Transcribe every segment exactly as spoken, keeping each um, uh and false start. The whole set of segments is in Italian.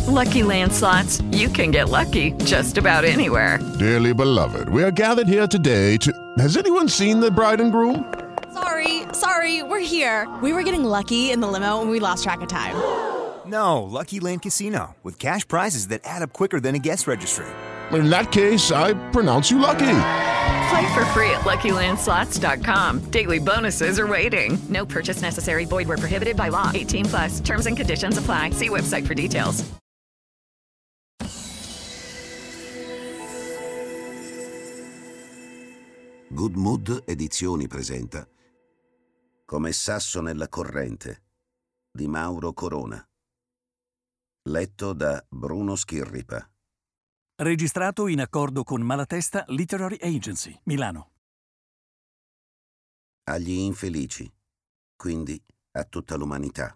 Lucky Land Slots, you can get lucky just about anywhere. Dearly beloved, we are gathered here today to... Has anyone seen the bride and groom? Sorry, sorry, we're here. We were getting lucky in the limo and we lost track of time. No, Lucky Land Casino, with cash prizes that add up quicker than a guest registry. In that case, I pronounce you lucky. Play for free at Lucky Land Slots dot com. Daily bonuses are waiting. No purchase necessary. Void where prohibited by law. eighteen plus. Terms and conditions apply. See website for details. Good Mood Edizioni presenta Come sasso nella corrente di Mauro Corona. Letto da Bruno Schirripa. Registrato in accordo con Malatesta Literary Agency, Milano. Agli infelici, quindi a tutta l'umanità.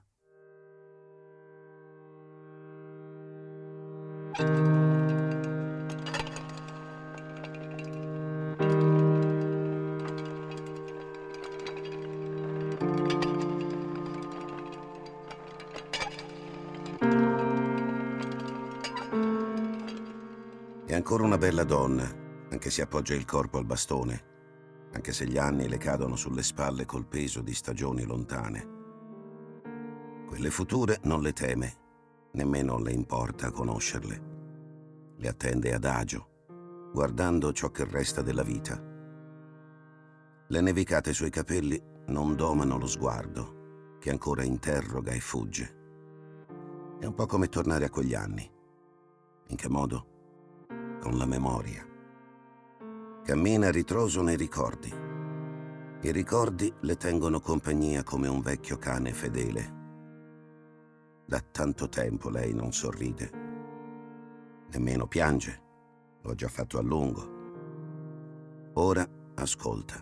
È ancora una bella donna, anche se appoggia il corpo al bastone, anche se gli anni le cadono sulle spalle col peso di stagioni lontane. Quelle future non le teme, nemmeno le importa conoscerle. Le attende adagio, guardando ciò che resta della vita. Le nevicate sui capelli non domano lo sguardo, che ancora interroga e fugge. È un po' come tornare a quegli anni. In che modo? Con la memoria. Cammina a ritroso nei ricordi. I ricordi le tengono compagnia come un vecchio cane fedele. Da tanto tempo lei non sorride, nemmeno piange, l'ho già fatto a lungo. Ora ascolta.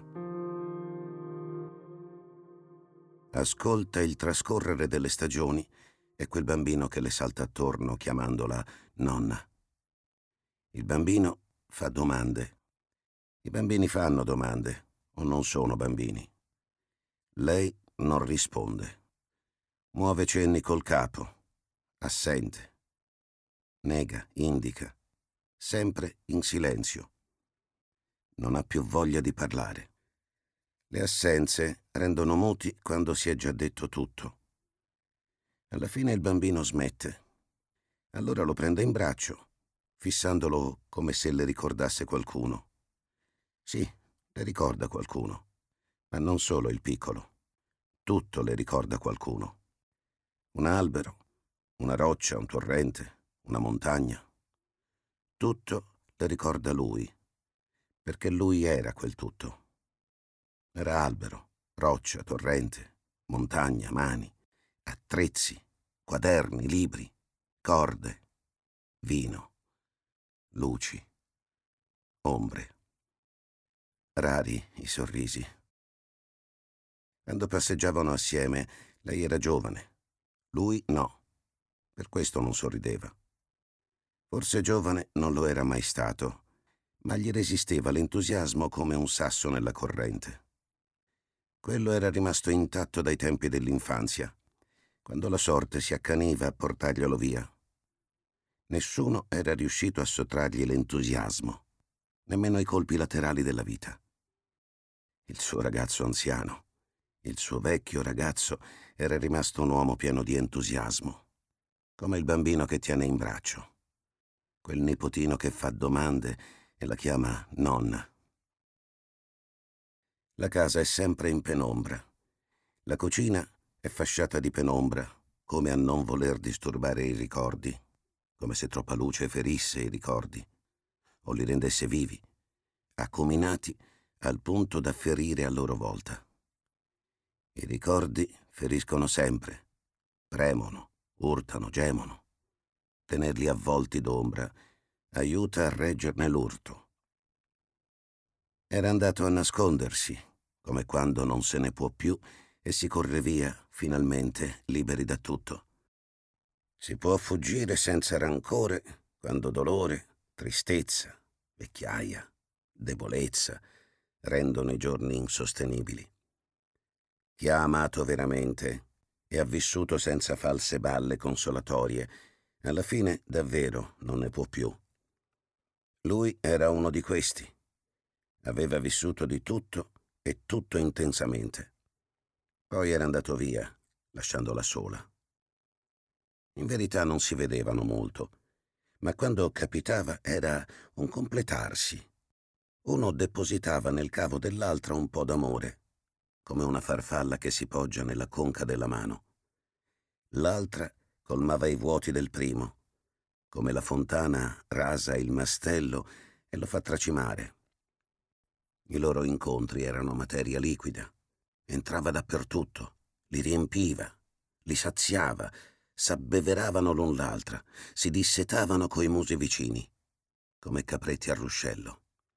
Ascolta il trascorrere delle stagioni e quel bambino che le salta attorno chiamandola nonna. Il bambino fa domande. I bambini fanno domande, o non sono bambini. Lei non risponde. Muove cenni col capo. Assente. Nega, indica. Sempre in silenzio. Non ha più voglia di parlare. Le assenze rendono muti quando si è già detto tutto. Alla fine il bambino smette. Allora lo prende in braccio, fissandolo come se le ricordasse qualcuno. Sì, le ricorda qualcuno, ma non solo il piccolo. Tutto le ricorda qualcuno. Un albero, una roccia, un torrente, una montagna. Tutto le ricorda lui, perché lui era quel tutto. Era albero, roccia, torrente, montagna, mani, attrezzi, quaderni, libri, corde, vino. Luci, ombre, rari i sorrisi. Quando passeggiavano assieme, lei era giovane, lui no, per questo non sorrideva. Forse giovane non lo era mai stato, ma gli resisteva l'entusiasmo come un sasso nella corrente. Quello era rimasto intatto dai tempi dell'infanzia, quando la sorte si accaniva a portarglielo via. Nessuno era riuscito a sottrargli l'entusiasmo, nemmeno i colpi laterali della vita. Il suo ragazzo anziano, il suo vecchio ragazzo, era rimasto un uomo pieno di entusiasmo, come il bambino che tiene in braccio, quel nipotino che fa domande e la chiama nonna. La casa è sempre in penombra. La cucina è fasciata di penombra, come a non voler disturbare i ricordi, come se troppa luce ferisse i ricordi, o li rendesse vivi, acuminati al punto da ferire a loro volta. I ricordi feriscono sempre, premono, urtano, gemono. Tenerli avvolti d'ombra aiuta a reggerne l'urto. Era andato a nascondersi, come quando non se ne può più e si corre via, finalmente, liberi da tutto. Si può fuggire senza rancore quando dolore, tristezza, vecchiaia, debolezza rendono i giorni insostenibili. Chi ha amato veramente e ha vissuto senza false balle consolatorie Alla fine davvero non ne può più. Lui era uno di questi. Aveva vissuto di tutto e tutto intensamente. Poi era andato via, lasciandola sola. In verità non si vedevano molto, ma quando capitava era un completarsi. Uno depositava nel cavo dell'altra un po' d'amore, come una farfalla che si poggia nella conca della mano. L'altra colmava i vuoti del primo, come la fontana rasa il mastello e lo fa tracimare. I loro incontri erano materia liquida. Entrava dappertutto, li riempiva, li saziava, s'abbeveravano l'un l'altra, si dissetavano coi musi vicini, come capretti a ruscello.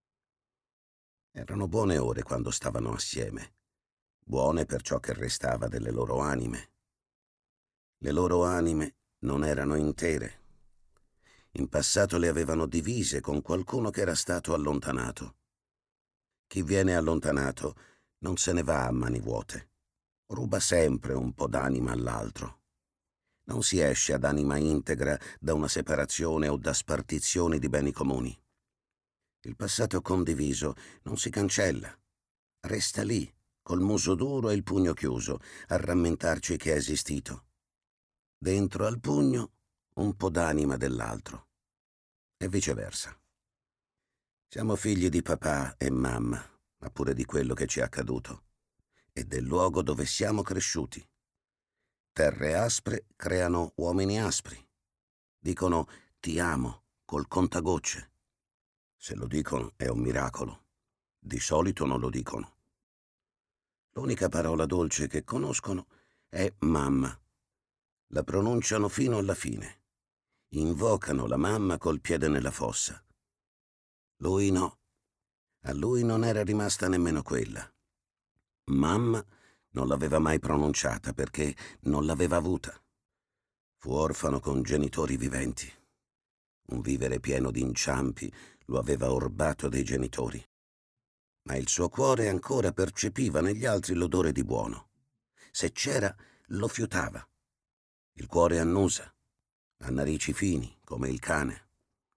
Erano buone ore quando stavano assieme, buone per ciò che restava delle loro anime. Le loro anime non erano intere. In passato le avevano divise con qualcuno che era stato allontanato. Chi viene allontanato non se ne va a mani vuote. Ruba sempre un po' d'anima all'altro. Non si esce ad anima integra da una separazione o da spartizioni di beni comuni. Il passato condiviso non si cancella. Resta lì, col muso duro e il pugno chiuso, a rammentarci che è esistito. Dentro al pugno un po' d'anima dell'altro. E viceversa. Siamo figli di papà e mamma, ma pure di quello che ci è accaduto, e del luogo dove siamo cresciuti. Terre aspre creano uomini aspri. Dicono ti amo col contagocce. Se lo dicono è un miracolo. Di solito non lo dicono. L'unica parola dolce che conoscono è mamma. La pronunciano fino alla fine. Invocano la mamma col piede nella fossa. Lui no. A lui non era rimasta nemmeno quella. Mamma non l'aveva mai pronunciata perché non l'aveva avuta. Fu orfano con genitori viventi. Un vivere pieno di inciampi lo aveva orbato dei genitori. Ma il suo cuore ancora percepiva negli altri l'odore di buono. Se c'era, lo fiutava. Il cuore annusa, ha narici fini, come il cane.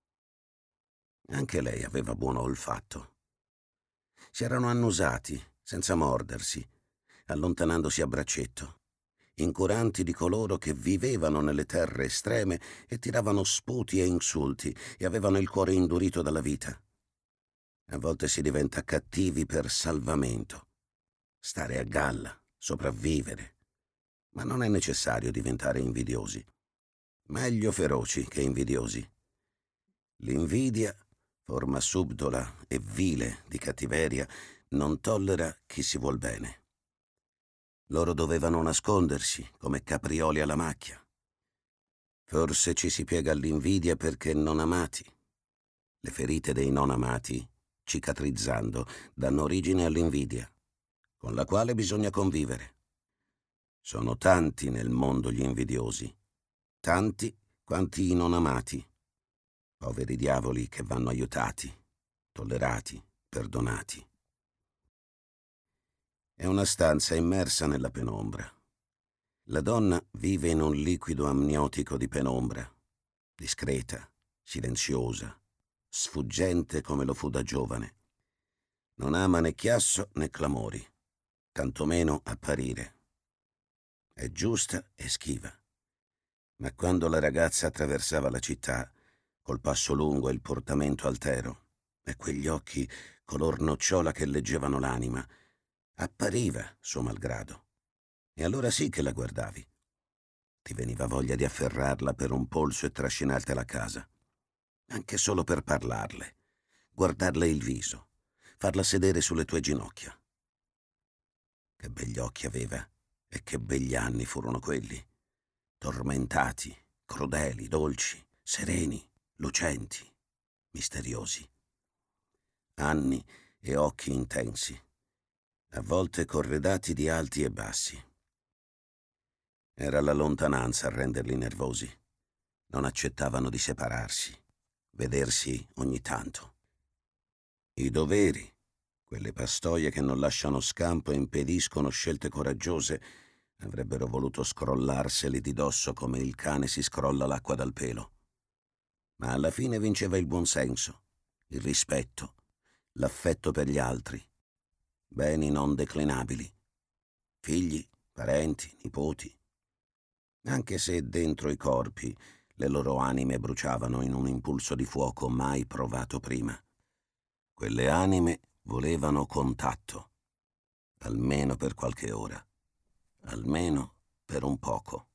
Anche lei aveva buon olfatto. Si erano annusati, senza mordersi, allontanandosi a braccetto, incuranti di coloro che vivevano nelle terre estreme e tiravano sputi e insulti e avevano il cuore indurito dalla vita. A volte si diventa cattivi per salvamento, stare a galla, sopravvivere, ma non è necessario diventare invidiosi. Meglio feroci che invidiosi. L'invidia, forma subdola e vile di cattiveria, non tollera chi si vuol bene. Loro dovevano nascondersi come caprioli alla macchia. Forse ci si piega all'invidia perché non amati. Le ferite dei non amati, cicatrizzando, danno origine all'invidia, con la quale bisogna convivere. Sono tanti nel mondo gli invidiosi, tanti quanti i non amati. Poveri diavoli che vanno aiutati, tollerati, perdonati. È una stanza immersa nella penombra. La donna vive in un liquido amniotico di penombra, discreta, silenziosa, sfuggente come lo fu da giovane. Non ama né chiasso né clamori, tantomeno apparire. È giusta e schiva. Ma quando la ragazza attraversava la città, col passo lungo e il portamento altero, e quegli occhi color nocciola che leggevano l'anima, appariva suo malgrado. E allora sì che la guardavi. Ti veniva voglia di afferrarla per un polso e trascinartela a casa. Anche solo per parlarle, guardarle il viso, farla sedere sulle tue ginocchia. Che begli occhi aveva e che begli anni furono quelli. Tormentati, crudeli, dolci, sereni, lucenti, misteriosi. Anni e occhi intensi, a volte corredati di alti e bassi. Era la lontananza a renderli nervosi. Non accettavano di separarsi, vedersi ogni tanto. I doveri, quelle pastoie che non lasciano scampo e impediscono scelte coraggiose, Avrebbero voluto scrollarseli di dosso come il cane si scrolla l'acqua dal pelo. Ma alla fine vinceva il buonsenso, il rispetto, l'affetto per gli altri, beni non declinabili, figli, parenti, nipoti. Anche se dentro i corpi le loro anime bruciavano in un impulso di fuoco mai provato prima. Quelle anime volevano contatto, almeno per qualche ora, almeno per un poco.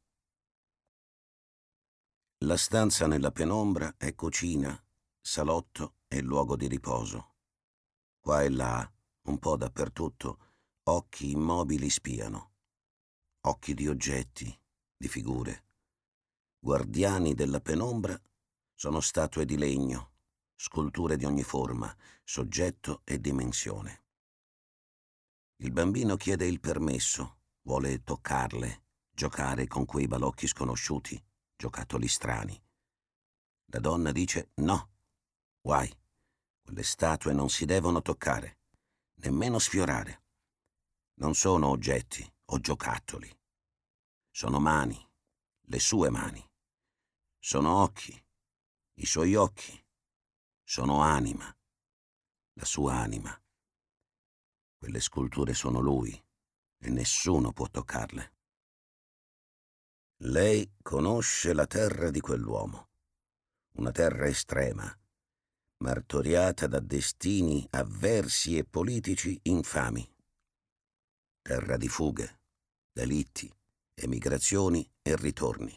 La stanza nella penombra è cucina, salotto e luogo di riposo. Qua e là, un po' dappertutto, occhi immobili spiano. Occhi di oggetti, di figure. Guardiani della penombra sono statue di legno, sculture di ogni forma, soggetto e dimensione. Il bambino chiede il permesso, vuole toccarle, giocare con quei balocchi sconosciuti, giocattoli strani. La donna dice no, guai, quelle statue non si devono toccare, nemmeno sfiorare. Non sono oggetti o giocattoli. Sono mani, le sue mani. Sono occhi, i suoi occhi. Sono anima, la sua anima. Quelle sculture sono lui e nessuno può toccarle. Lei conosce la terra di quell'uomo, una terra estrema, martoriata da destini avversi e politici infami. Terra di fughe, delitti, emigrazioni e ritorni.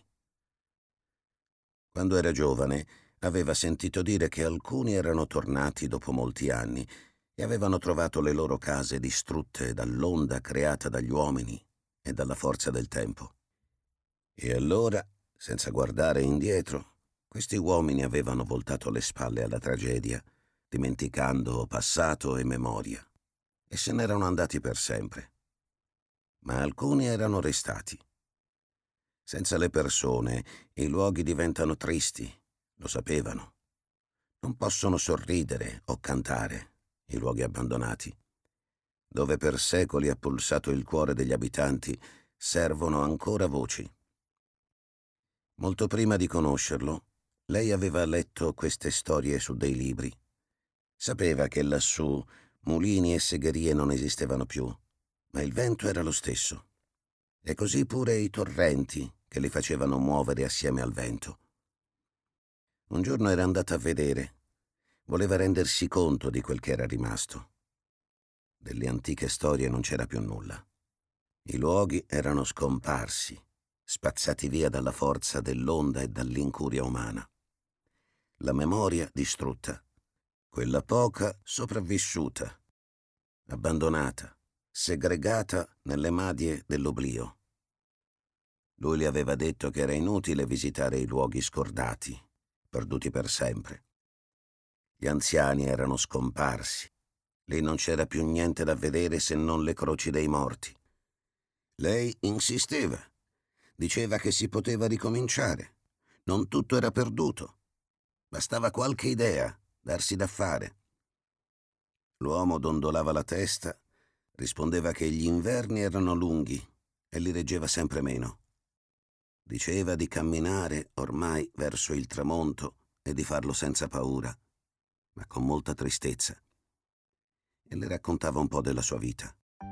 Quando era giovane aveva sentito dire che alcuni erano tornati dopo molti anni e avevano trovato le loro case distrutte dall'onda creata dagli uomini e dalla forza del tempo. E allora, senza guardare indietro, questi uomini avevano voltato le spalle alla tragedia, dimenticando passato e memoria, e se n'erano andati per sempre. Ma alcuni erano restati. Senza le persone, i luoghi diventano tristi, lo sapevano. Non possono sorridere o cantare, i luoghi abbandonati. Dove per secoli ha pulsato il cuore degli abitanti, servono ancora voci. Molto prima di conoscerlo, lei aveva letto queste storie su dei libri. Sapeva che lassù mulini e segherie non esistevano più, ma il vento era lo stesso. E così pure i torrenti che li facevano muovere assieme al vento. Un giorno era andata a vedere. Voleva rendersi conto di quel che era rimasto. Delle antiche storie non c'era più nulla. I luoghi erano scomparsi, spazzati via dalla forza dell'onda e dall'incuria umana. La memoria distrutta, quella poca sopravvissuta, abbandonata, segregata nelle madie dell'oblio. Lui le aveva detto che era inutile visitare i luoghi scordati, perduti per sempre. Gli anziani erano scomparsi. Lì non c'era più niente da vedere se non le croci dei morti. Lei insisteva. Diceva che si poteva ricominciare. Non tutto era perduto. Bastava qualche idea, darsi da fare. L'uomo dondolava la testa, rispondeva che gli inverni erano lunghi e li reggeva sempre meno. Diceva di camminare ormai verso il tramonto e di farlo senza paura, ma con molta tristezza. E le raccontava un po' della sua vita.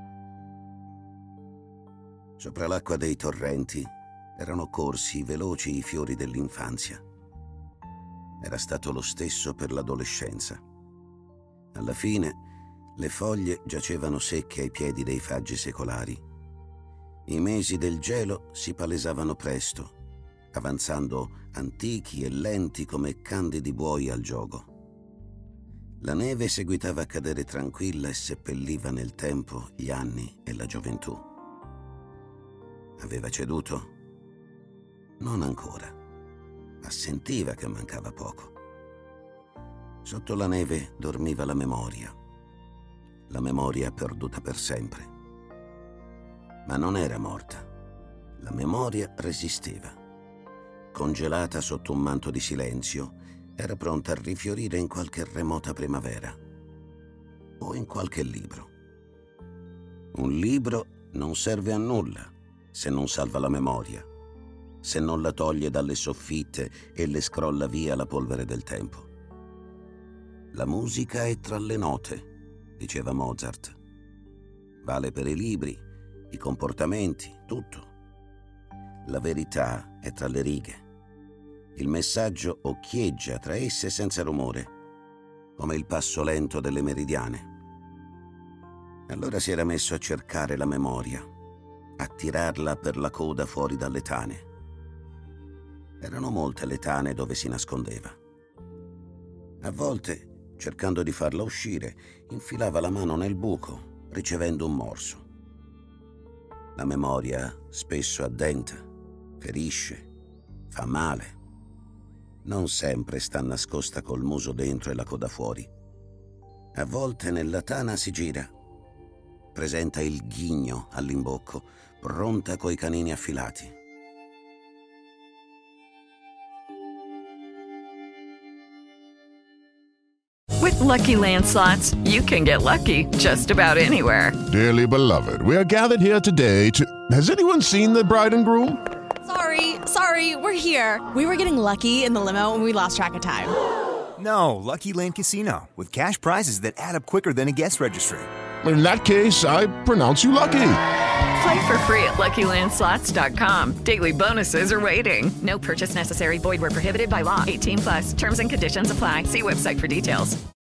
Sopra l'acqua dei torrenti erano corsi veloci i fiori dell'infanzia. Era stato lo stesso per l'adolescenza. Alla fine, le foglie giacevano secche ai piedi dei faggi secolari. I mesi del gelo si palesavano presto, avanzando antichi e lenti come candidi buoi al giogo. La neve seguitava a cadere tranquilla e seppelliva nel tempo gli anni e la gioventù. Aveva ceduto? Non ancora, ma sentiva che mancava poco. Sotto la neve dormiva la memoria, la memoria perduta per sempre. Ma non era morta. La memoria resisteva. Congelata sotto un manto di silenzio, era pronta a rifiorire in qualche remota primavera. O in qualche libro. Un libro non serve a nulla, se non salva la memoria, se non la toglie dalle soffitte e le scrolla via la polvere del tempo. La musica è tra le note, diceva Mozart. Vale per i libri, i comportamenti, tutto. La verità è tra le righe. Il messaggio occhieggia tra esse senza rumore, come il passo lento delle meridiane. Allora si era messo a cercare la memoria, a tirarla per la coda fuori dalle tane. Erano molte le tane dove si nascondeva. A volte, cercando di farla uscire, infilava la mano nel buco, ricevendo un morso. La memoria spesso addenta, ferisce, fa male. Non sempre sta nascosta col muso dentro e la coda fuori. A volte nella tana si gira. Presenta il ghigno all'imbocco, pronta coi canini affilati. With Lucky Land Slots, you can get lucky just about anywhere. Dearly beloved, we are gathered here today to... Has anyone seen the bride and groom? Sorry, sorry, we're here. We were getting lucky in the limo and we lost track of time. No, Lucky Land Casino, with cash prizes that add up quicker than a guest registry. In that case, I pronounce you lucky. Play for free at Lucky Land Slots dot com. Daily bonuses are waiting. No purchase necessary. Void where prohibited by law. eighteen plus. Terms and conditions apply. See website for details.